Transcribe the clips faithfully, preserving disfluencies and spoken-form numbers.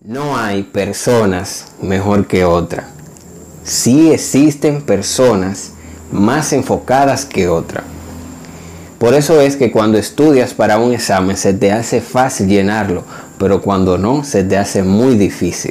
No hay personas mejor que otras. Sí existen personas más enfocadas que otras. Por eso es que cuando estudias para un examen se te hace fácil llenarlo, pero cuando no, se te hace muy difícil.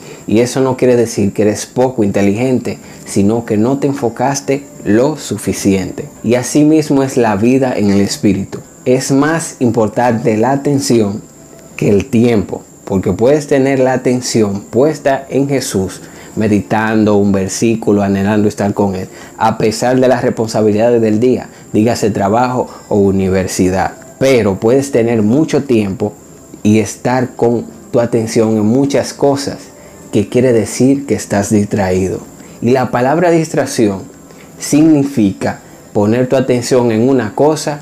Y eso no quiere decir que eres poco inteligente, sino que no te enfocaste lo suficiente. Y así mismo es la vida en el espíritu. Es más importante la atención que el tiempo, porque puedes tener la atención puesta en Jesús, meditando un versículo, anhelando estar con Él, a pesar de las responsabilidades del día, dígase trabajo o universidad. Pero puedes tener mucho tiempo y estar con tu atención en muchas cosas, que quiere decir que estás distraído. Y la palabra distracción significa poner tu atención en una cosa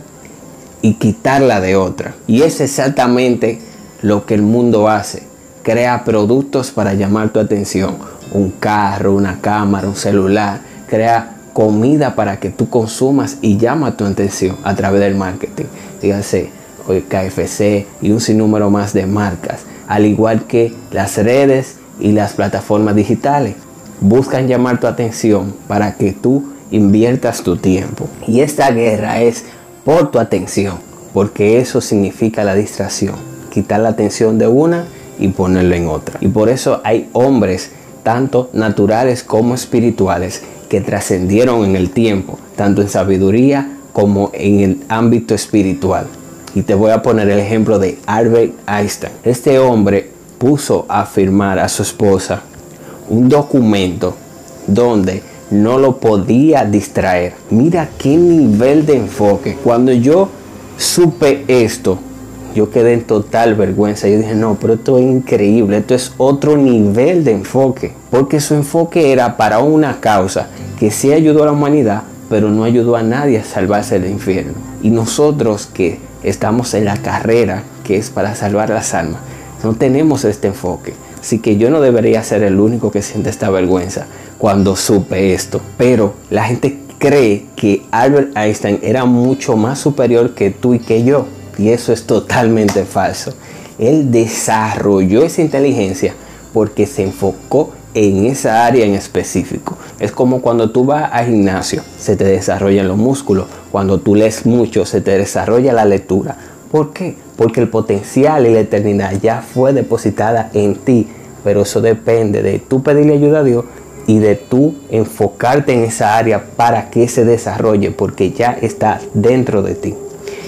y quitarla de otra. Y es exactamente lo que el mundo hace. Crea productos para llamar tu atención. Un carro, una cámara, un celular. Crea comida para que tú consumas y llama tu atención a través del marketing. Dígase K F C y un sinnúmero más de marcas. Al igual que las redes y las plataformas digitales. Buscan llamar tu atención para que tú inviertas tu tiempo. Y esta guerra es por tu atención, porque eso significa la distracción. Quitar la atención de una y ponerla en otra. Y por eso hay hombres, tanto naturales como espirituales, que trascendieron en el tiempo, tanto en sabiduría como en el ámbito espiritual. Y te voy a poner el ejemplo de Albert Einstein. Este hombre puso a firmar a su esposa un documento donde no lo podía distraer. Mira qué nivel de enfoque. Cuando yo supe esto, yo quedé en total vergüenza. Yo dije, no, pero esto es increíble. Esto es otro nivel de enfoque. Porque su enfoque era para una causa que sí ayudó a la humanidad, pero no ayudó a nadie a salvarse del infierno. Y nosotros que estamos en la carrera, que es para salvar las almas, no tenemos este enfoque. Así que yo no debería ser el único que siente esta vergüenza cuando supe esto. Pero la gente cree que Albert Einstein era mucho más superior que tú y que yo. Y eso es totalmente falso. Él desarrolló esa inteligencia porque se enfocó en esa área en específico. Es como cuando tú vas al gimnasio, se te desarrollan los músculos. Cuando tú lees mucho, se te desarrolla la lectura. ¿Por qué? Porque el potencial y la eternidad ya fue depositada en ti. Pero eso depende de tú pedirle ayuda a Dios y de tú enfocarte en esa área para que se desarrolle, porque ya está dentro de ti.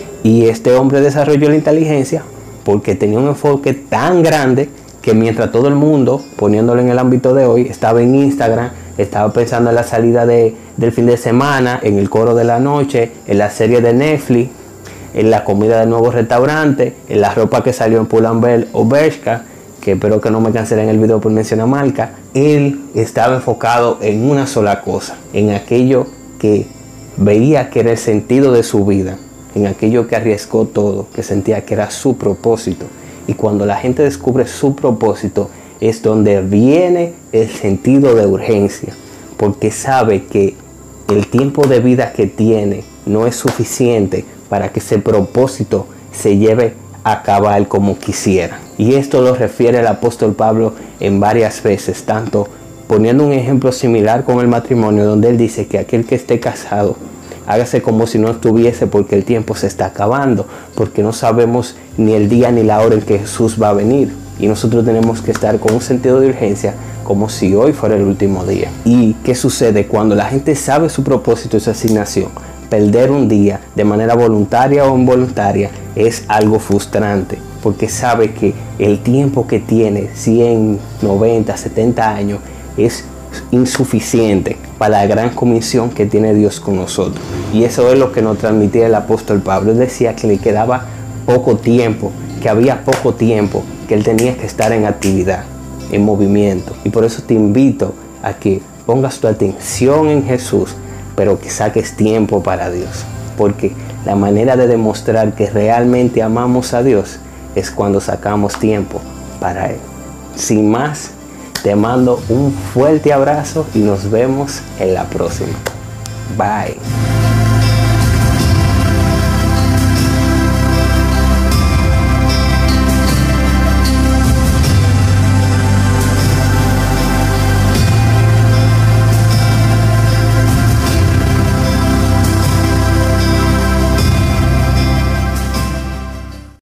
Y este hombre desarrolló la inteligencia porque tenía un enfoque tan grande que mientras todo el mundo, poniéndolo en el ámbito de hoy, estaba en Instagram, estaba pensando en la salida de, del fin de semana, en el coro de la noche, en la serie de Netflix, en la comida del nuevo restaurante, en la ropa que salió en Pull&Bear o Bershka, que espero que no me cancelen el video por mencionar marca. Él estaba enfocado en una sola cosa, en aquello que veía que era el sentido de su vida, en aquello que arriesgó todo, que sentía que era su propósito. Y cuando la gente descubre su propósito, es donde viene el sentido de urgencia, porque sabe que el tiempo de vida que tiene no es suficiente para que ese propósito se lleve a cabo como quisiera. Y esto lo refiere el apóstol Pablo en varias veces, tanto poniendo un ejemplo similar con el matrimonio, donde él dice que aquel que esté casado, hágase como si no estuviese, porque el tiempo se está acabando, porque no sabemos ni el día ni la hora en que Jesús va a venir. Y nosotros tenemos que estar con un sentido de urgencia, como si hoy fuera el último día. ¿Y qué sucede cuando la gente sabe su propósito y su asignación? Perder un día de manera voluntaria o involuntaria es algo frustrante, porque sabe que el tiempo que tiene, cien, noventa, setenta años, es insuficiente para la gran comisión que tiene Dios con nosotros. Y eso es lo que nos transmitía el apóstol Pablo. Él decía que le quedaba poco tiempo, que había poco tiempo, que él tenía que estar en actividad, en movimiento. Y por eso te invito a que pongas tu atención en Jesús, pero que saques tiempo para Dios. Porque la manera de demostrar que realmente amamos a Dios es cuando sacamos tiempo para Él. Sin más, te mando un fuerte abrazo y nos vemos en la próxima. Bye.